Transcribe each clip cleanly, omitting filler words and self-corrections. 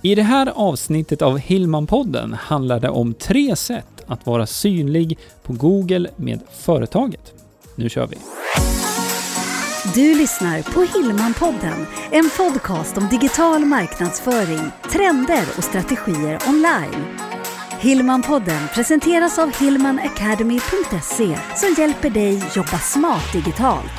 I det här avsnittet av Hillman-podden handlar det om 3 sätt att vara synlig på Google med företaget. Nu kör vi! Du lyssnar på Hillman-podden, en podcast om digital marknadsföring, trender och strategier online. Hillman-podden presenteras av hillmanacademy.se som hjälper dig jobba smart digitalt.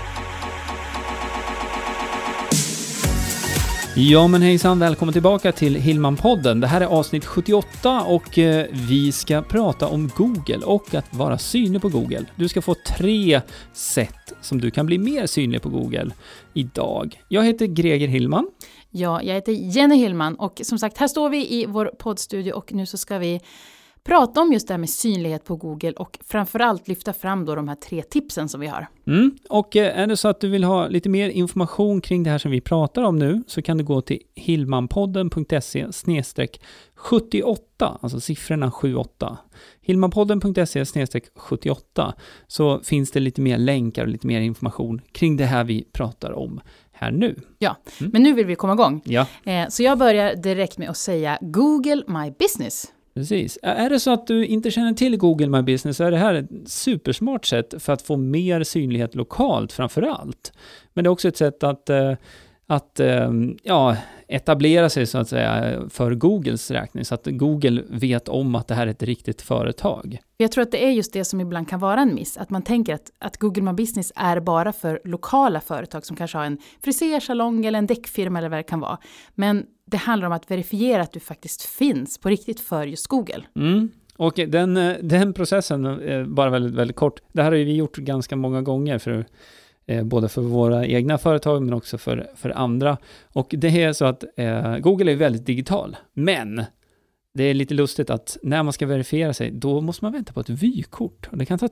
Ja men hejsan, välkommen tillbaka till Hillman-podden. Det här är avsnitt 78 och vi ska prata om Google och att vara synlig på Google. Du ska få 3 sätt som du kan bli mer synlig på Google idag. Jag heter Greger Hillman. Ja, jag heter Jenny Hillman och som sagt, här står vi i vår poddstudio och nu så ska vi prata om just det här med synlighet på Google och framförallt lyfta fram då de här 3 tipsen som vi har. Och är det så att du vill ha lite mer information kring det här som vi pratar om nu så kan du gå till hillmanpodden.se/78, alltså siffrorna 78. hillmanpodden.se/78 så finns det lite mer länkar och lite mer information kring det här vi pratar om här nu. Ja, men nu vill vi komma igång. Ja. Så jag börjar direkt med att säga Google My Business. Precis. Är det så att du inte känner till Google My Business så är det här ett supersmart sätt för att få mer synlighet lokalt framför allt. Men det är också ett sätt att etablera sig så att säga för Googles räkning så att Google vet om att det här är ett riktigt företag. Jag tror att det är just det som ibland kan vara en miss. Att man tänker att Google My Business är bara för lokala företag som kanske har en frisersalong eller en däckfirma eller vad det kan vara. Men det handlar om att verifiera att du faktiskt finns på riktigt för just Google. Och den processen, bara väldigt, väldigt kort, det här har ju vi gjort ganska många gånger både för våra egna företag men också för andra. Och det är så att Google är väldigt digital, men det är lite lustigt att när man ska verifiera sig, då måste man vänta på ett vykort. Och det kan ta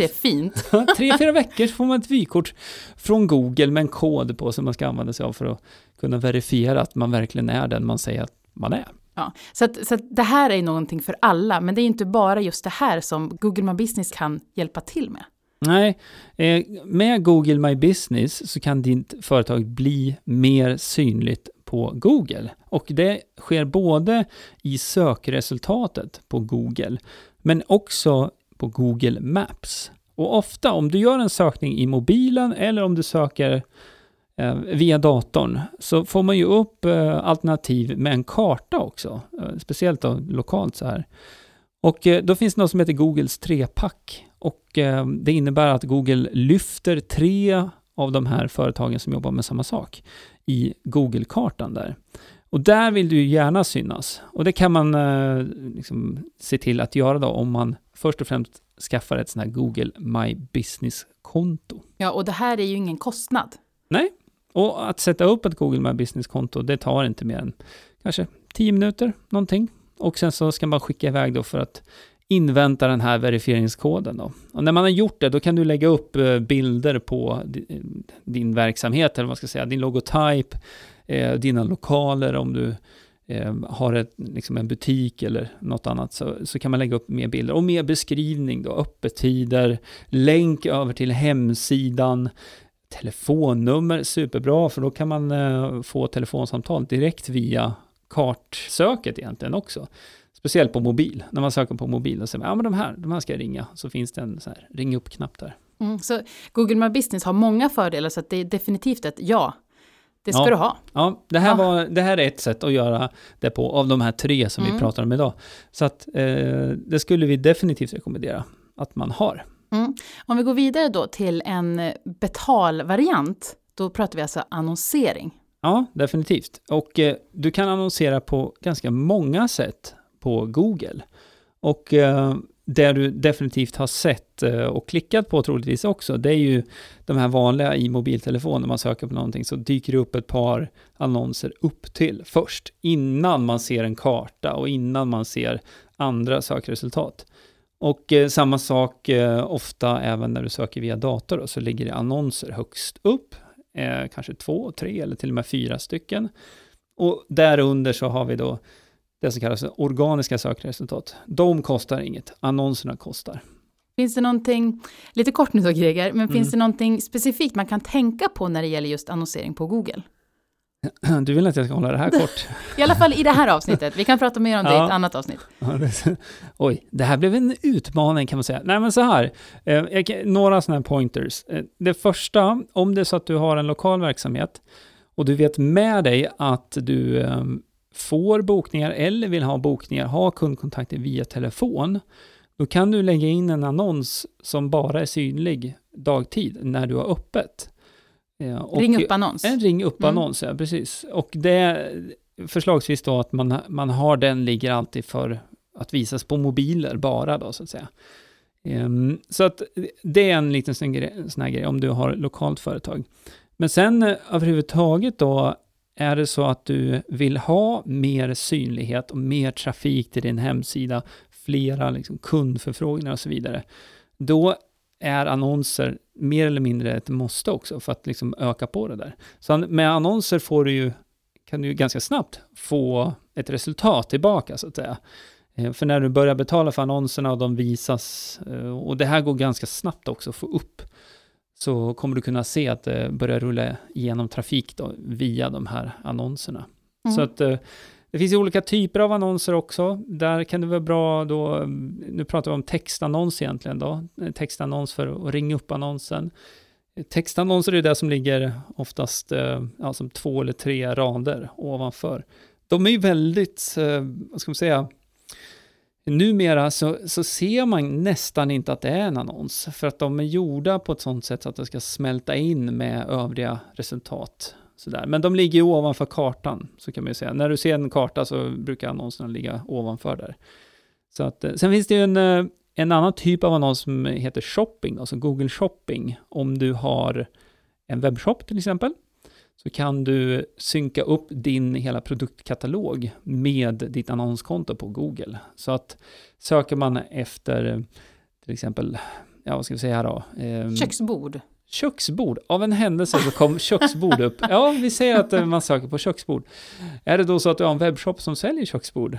3-4 veckor så får man ett vykort från Google med en kod på som man ska använda sig av för att kunna verifiera att man verkligen är den man säger att man är. Ja, så att det här är någonting för alla, men det är inte bara just det här som Google My Business kan hjälpa till med. Nej, med Google My Business så kan ditt företag bli mer synligt på Google. Och det sker både i sökresultatet på Google men också på Google Maps. Och ofta om du gör en sökning i mobilen eller om du söker via datorn så får man ju upp alternativ med en karta också. Speciellt då, lokalt så här. Och då finns det något som heter Googles 3-pack. Och det innebär att Google lyfter 3 av de här företagen som jobbar med samma sak i Google-kartan där. Och där vill du gärna synas. Och det kan man se till att göra då om man först och främst skaffar ett sånt här Google My Business-konto. Ja, och det här är ju ingen kostnad. Nej, och att sätta upp ett Google My Business-konto det tar inte mer än kanske 10 minuter någonting. Och sen så ska man skicka iväg då för att invänta den här verifieringskoden då. Och när man har gjort det, då kan du lägga upp bilder på din verksamhet, eller vad ska jag säga, din logotyp, dina lokaler, om du har en butik eller något annat så kan man lägga upp mer bilder och mer beskrivning då, öppettider, länk över till hemsidan, telefonnummer, superbra för då kan man få telefonsamtal direkt via kartsöket egentligen också. Speciellt på mobil. När man söker på mobil och säger men de här ska jag ringa. Så finns det en så här ring upp-knapp där. Så Google My Business har många fördelar så att det är definitivt ett ja. Det ska du ha. Ja, det här är ett sätt att göra det på av de här 3 som vi pratar om idag. Så att det skulle vi definitivt rekommendera att man har. Om vi går vidare då till en betalvariant, då pratar vi alltså annonsering. Ja, definitivt. Och du kan annonsera på ganska många sätt på Google. Och det du definitivt har sett och klickat på troligtvis också, det är ju de här vanliga i mobiltelefon när man söker på någonting så dyker det upp ett par annonser upp till först innan man ser en karta och innan man ser andra sökresultat. Och samma sak ofta även när du söker via dator då, så ligger det annonser högst upp, kanske 2, 3 eller till och med 4 stycken. Och därunder så har vi då det som kallas organiska sökresultat. De kostar inget, annonserna kostar. Finns det någonting, lite kort nu då Greger, men finns det någonting specifikt man kan tänka på när det gäller just annonsering på Google? Du vill att jag ska hålla det här kort? I alla fall i det här avsnittet. Vi kan prata mer om det i ett annat avsnitt. Oj, det här blev en utmaning kan man säga. Nej, men så här. Några sådana här pointers. Det första, om det är så att du har en lokal verksamhet och du vet med dig att du får bokningar eller vill ha bokningar, ha kundkontakter via telefon, då kan du lägga in en annons som bara är synlig dagtid när du har öppet. Ring upp-annons. En ring upp-annons, ja, precis. Och det förslagsvis då att man har den ligger alltid för att visas på mobiler bara då, så att säga. Så att det är en liten sån här grej om du har lokalt företag. Men sen överhuvudtaget då är det så att du vill ha mer synlighet och mer trafik till din hemsida, flera liksom kundförfrågningar och så vidare. Då är annonser mer eller mindre ett måste också för att liksom öka på det där. Så med annonser kan du ganska snabbt få ett resultat tillbaka så att säga. För när du börjar betala för annonserna och de visas, och det här går ganska snabbt också att få upp, så kommer du kunna se att det börjar rulla igenom trafik då, via de här annonserna. Så att det finns ju olika typer av annonser också. Där kan det vara bra då, nu pratar vi om textannons egentligen då. Textannons för att ringa upp annonsen. Textannonser är det som ligger oftast som 2 eller 3 rader ovanför. De är ju väldigt, vad ska man säga, numera så ser man nästan inte att det är en annons. För att de är gjorda på ett sånt sätt så att det ska smälta in med övriga resultat. Sådär. Men de ligger ju ovanför kartan, så kan man ju säga. När du ser en karta så brukar annonserna ligga ovanför där. Så att, sen finns det ju en annan typ av annons som heter shopping, alltså Google Shopping. Om du har en webbshop till exempel, så kan du synka upp din hela produktkatalog med ditt annonskonto på Google. Så att söker man efter till exempel, vad ska vi säga här då? Köksbord. Av en händelse så kom köksbord upp. Ja, vi säger att man söker på köksbord. Är det då så att du har en webbshop som säljer köksbord,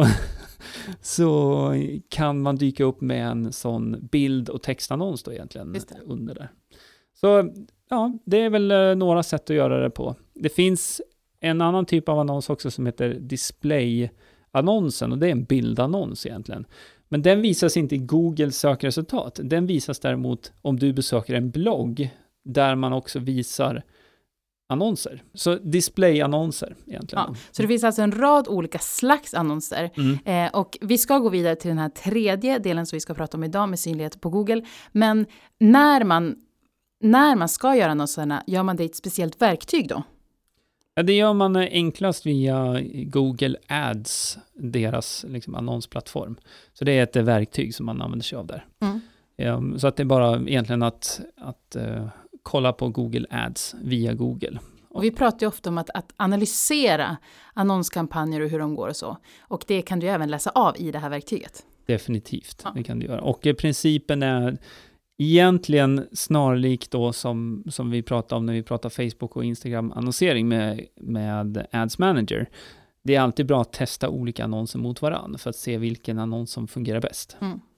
så kan man dyka upp med en sån bild- och textannons då egentligen under där. Så ja, det är väl några sätt att göra det på. Det finns en annan typ av annons också som heter display-annonsen, och det är en bildannons egentligen. Men den visas inte i Googles sökresultat. Den visas däremot om du besöker en blogg där man också visar annonser. Så display-annonser egentligen. Ja, så det finns alltså en rad olika slags annonser. Och vi ska gå vidare till den här tredje delen som vi ska prata om idag med synlighet på Google. Men när man ska göra annonserna, gör man det i ett speciellt verktyg då? Ja, det gör man enklast via Google Ads, deras liksom annonsplattform. Så det är ett verktyg som man använder sig av där. Så att det är bara egentligen att kolla på Google Ads via Google. Och vi pratar ju ofta om att analysera annonskampanjer och hur de går och så. Och det kan du även läsa av i det här verktyget. Definitivt, det kan du göra. Och principen är egentligen snarlikt då som vi pratar om när vi pratar Facebook och Instagram-annonsering med Ads Manager. Det är alltid bra att testa olika annonser mot varandra för att se vilken annons som fungerar bäst.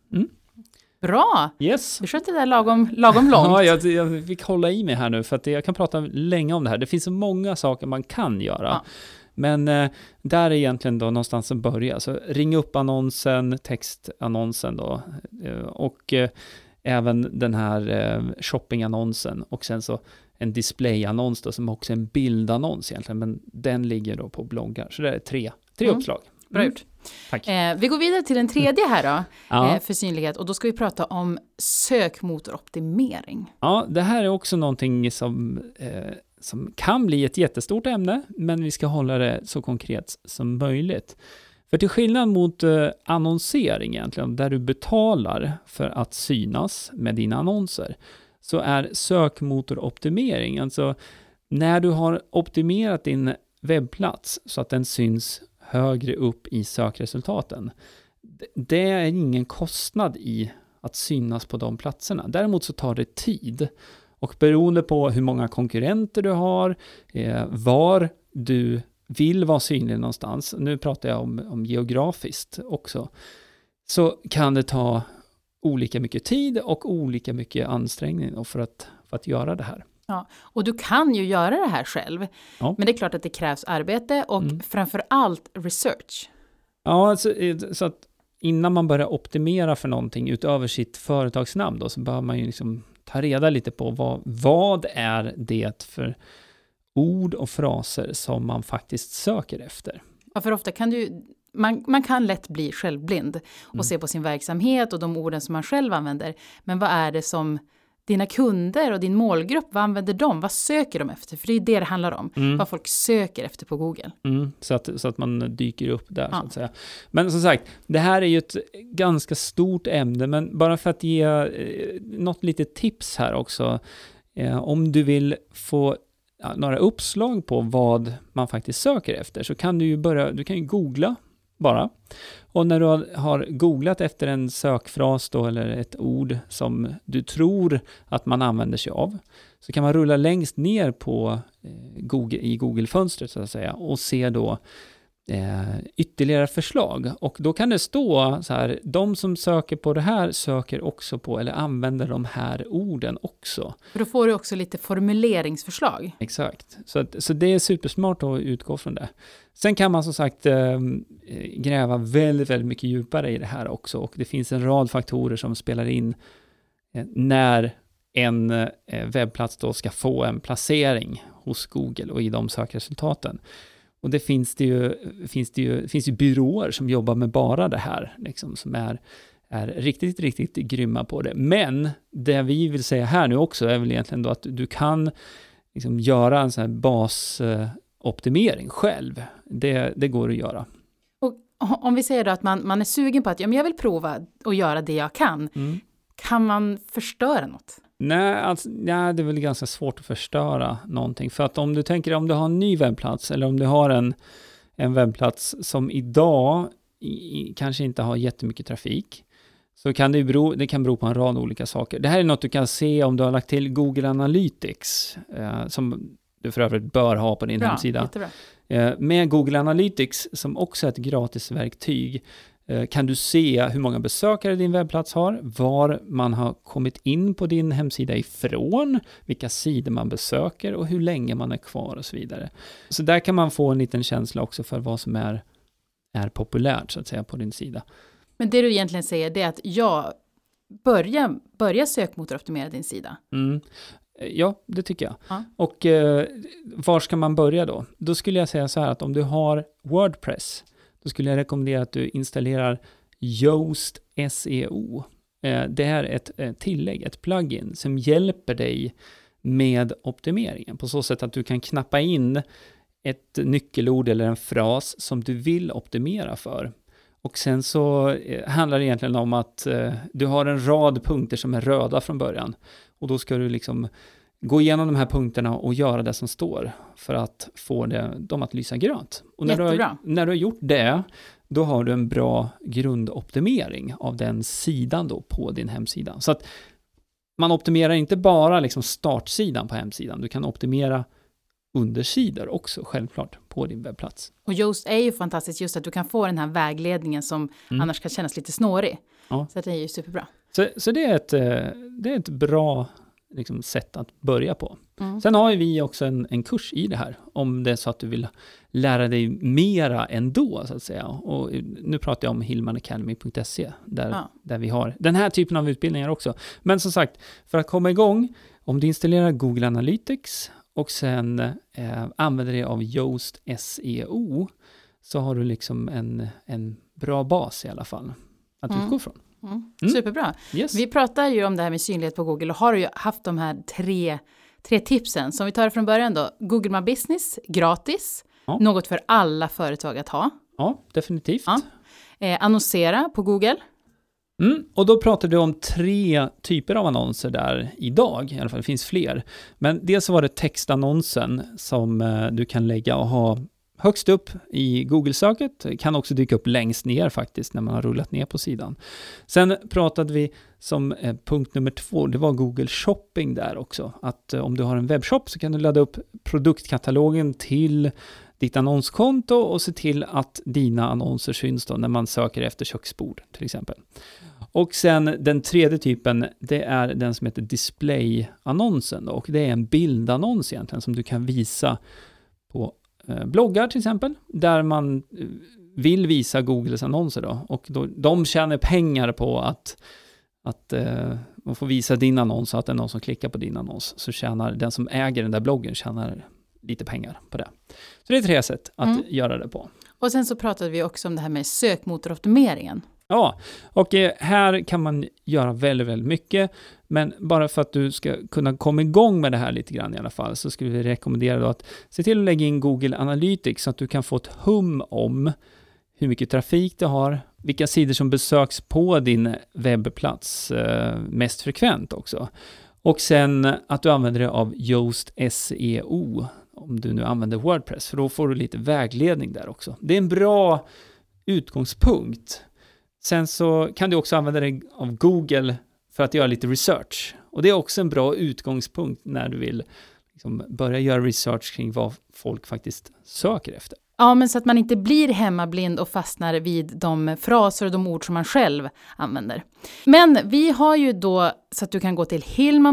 Bra! Yes. Du skötte det där lagom långt. Ja, jag fick hålla i mig här nu för att jag kan prata länge om det här. Det finns så många saker man kan göra. Ja. Men där är egentligen då någonstans som börjar. Så ring upp annonsen, textannonsen då. Och även den här shoppingannonsen. Och sen så en displayannons då som också är en bildannons egentligen. Men den ligger då på bloggar. Så det är tre uppslag. Bra gjort. Tack. Vi går vidare till den tredje här då, för synlighet. Och då ska vi prata om sökmotoroptimering. Ja, det här är också någonting som kan bli ett jättestort ämne, men vi ska hålla det så konkret som möjligt. För till skillnad mot annonsering egentligen, där du betalar för att synas med dina annonser, så är sökmotoroptimering, alltså när du har optimerat din webbplats så att den syns högre upp i sökresultaten. Det är ingen kostnad i att synas på de platserna. Däremot så tar det tid. Och beroende på hur många konkurrenter du har, var du vill vara synlig någonstans, nu pratar jag om geografiskt också, så kan det ta olika mycket tid och olika mycket ansträngning för att göra det här. Ja, och du kan ju göra det här själv. Ja. Men det är klart att det krävs arbete och framför allt research. Ja, alltså, så att innan man börjar optimera för någonting utöver sitt företagsnamn då, så bör man ju liksom ta reda lite på vad är det för ord och fraser som man faktiskt söker efter. Ja, för ofta kan man kan lätt bli självblind och se på sin verksamhet och de orden som man själv använder. Men vad är det som dina kunder och din målgrupp, vad använder de? Vad söker de efter? För det är det handlar om. Vad folk söker efter på Google. Så att man dyker upp där så att säga. Men som sagt, det här är ju ett ganska stort ämne. Men bara för att ge något litet tips här också. Om du vill få några uppslag på vad man faktiskt söker efter, så kan du kan ju googla bara. Och när du har googlat efter en sökfras då, eller ett ord som du tror att man använder sig av, så kan man rulla längst ner på i Google-fönstret så att säga, och se då ytterligare förslag. Och då kan det stå så här: de som söker på det här söker också på, eller använder de här orden också. För då får du också lite formuleringsförslag. Exakt. Så det är supersmart att utgå från det. Sen kan man som sagt gräva väldigt, väldigt mycket djupare i det här också. Och det finns en rad faktorer som spelar in när en webbplats då ska få en placering hos Google och i de sökresultaten. Och det finns ju byråer som jobbar med bara det här, liksom, som är riktigt, riktigt grymma på det. Men det vi vill säga här nu också är väl egentligen då att du kan liksom göra en sån här basoptimering själv. Det går att göra. Och om vi säger då att man är sugen på att jag vill prova att göra det jag kan. Kan man förstöra något? Nej, det är väl ganska svårt att förstöra någonting. För att om du har en ny webbplats, eller om du har en webbplats som idag kanske inte har jättemycket trafik, så kan det kan bero på en rad olika saker. Det här är något du kan se om du har lagt till Google Analytics, som du för övrigt bör ha på din hemsida. Jättebra. Med Google Analytics, som också är ett gratisverktyg, kan du se hur många besökare din webbplats har, var man har kommit in på din hemsida ifrån, vilka sidor man besöker och hur länge man är kvar och så vidare. Så där kan man få en liten känsla också för vad som är populärt så att säga på din sida. Men det du egentligen säger, det är att börja sökmotoroptimera din sida. Ja, det tycker jag. Ja. Och var ska man börja då? Då skulle jag säga så här, att om du har WordPress, då skulle jag rekommendera att du installerar Yoast SEO. Det är ett tillägg, ett plugin som hjälper dig med optimeringen. På så sätt att du kan knappa in ett nyckelord eller en fras som du vill optimera för. Och sen så handlar det egentligen om att du har en rad punkter som är röda från början. Och då ska du liksom gå igenom de här punkterna och göra det som står för att få dem att lysa grönt. Och när du har gjort det, då har du en bra grundoptimering av den sidan då på din hemsida. Så att man optimerar inte bara liksom startsidan på hemsidan. Du kan optimera undersidor också, självklart, på din webbplats. Och Yoast är ju fantastiskt, just att du kan få den här vägledningen som annars kan kännas lite snårig. Ja. Så det är ju superbra. Så det är ett bra liksom, sätt att börja på. Sen har vi också en kurs i det här, om det är så att du vill lära dig mera ändå, så att säga. Och nu pratar jag om hillmanacademy.se, där vi har den här typen av utbildningar också. Men som sagt, för att komma igång, om du installerar Google Analytics och sen använder dig av Yoast SEO, så har du liksom en bra bas i alla fall att utgå från. Superbra. Yes. Vi pratar ju om det här med synlighet på Google och har ju haft de här tre tipsen. Så om vi tar det från början då. Google My Business, gratis. Ja. Något för alla företag att ha. Ja, definitivt. Ja. Annonsera på Google. Och då pratar du om 3 typer av annonser där idag. I alla fall, det finns fler. Men dels så var det textannonsen som du kan lägga och ha högst upp i Google-söket. Kan också dyka upp längst ner faktiskt när man har rullat ner på sidan. Sen pratade vi som punkt nummer 2, det var Google Shopping där också. Att om du har en webbshop så kan du ladda upp produktkatalogen till ditt annonskonto och se till att dina annonser syns då när man söker efter köksbord till exempel. Och sen den tredje typen, det är den som heter display-annonsen då, och det är en bildannons egentligen som du kan visa på bloggar till exempel, där man vill visa Googles annonser då, och då, de tjänar pengar på att man får visa din annons, så att det är någon som klickar på din annons, så tjänar den som äger den där bloggen tjänar lite pengar på det. Så det är 3 sätt att göra det på. Och sen så pratade vi också om det här med sökmotoroptimeringen. Ja, och här kan man göra väldigt, väldigt mycket, men bara för att du ska kunna komma igång med det här lite grann i alla fall, så skulle vi rekommendera då att se till att lägga in Google Analytics så att du kan få ett hum om hur mycket trafik du har, vilka sidor som besöks på din webbplats mest frekvent också. Och sen att du använder det av Yoast SEO om du nu använder WordPress, för då får du lite vägledning där också. Det är en bra utgångspunkt. Sen så kan du också använda det av Google för att göra lite research. Och det är också en bra utgångspunkt när du vill liksom börja göra research kring vad folk faktiskt söker efter. Ja, men så att man inte blir hemmablind och fastnar vid de fraser och de ord som man själv använder. Men vi har ju då så att du kan gå till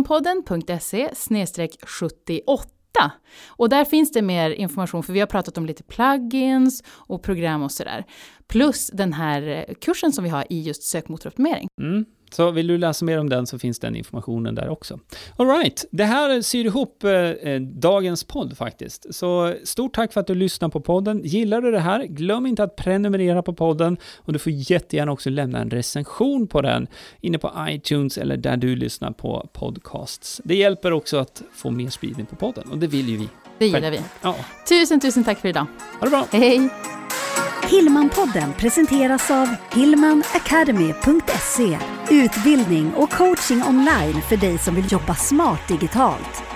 hillmanpodden.se/78. Och där finns det mer information, för vi har pratat om lite plugins och program och sådär. Plus den här kursen som vi har i just sökmotoroptimering. Så vill du läsa mer om den så finns den informationen där också. All right, det här syr ihop dagens podd faktiskt. Så stort tack för att du lyssnar på podden. Gillar du det här? Glöm inte att prenumerera på podden, och du får jättegärna också lämna en recension på den inne på iTunes eller där du lyssnar på podcasts. Det hjälper också att få mer spridning på podden, och det vill ju vi. Det gillar vi. Ja. Tusen tack för idag. Ha det bra. Hej! Hillmanpodden presenteras av hillmanacademy.se. Utbildning och coaching online för dig som vill jobba smart digitalt.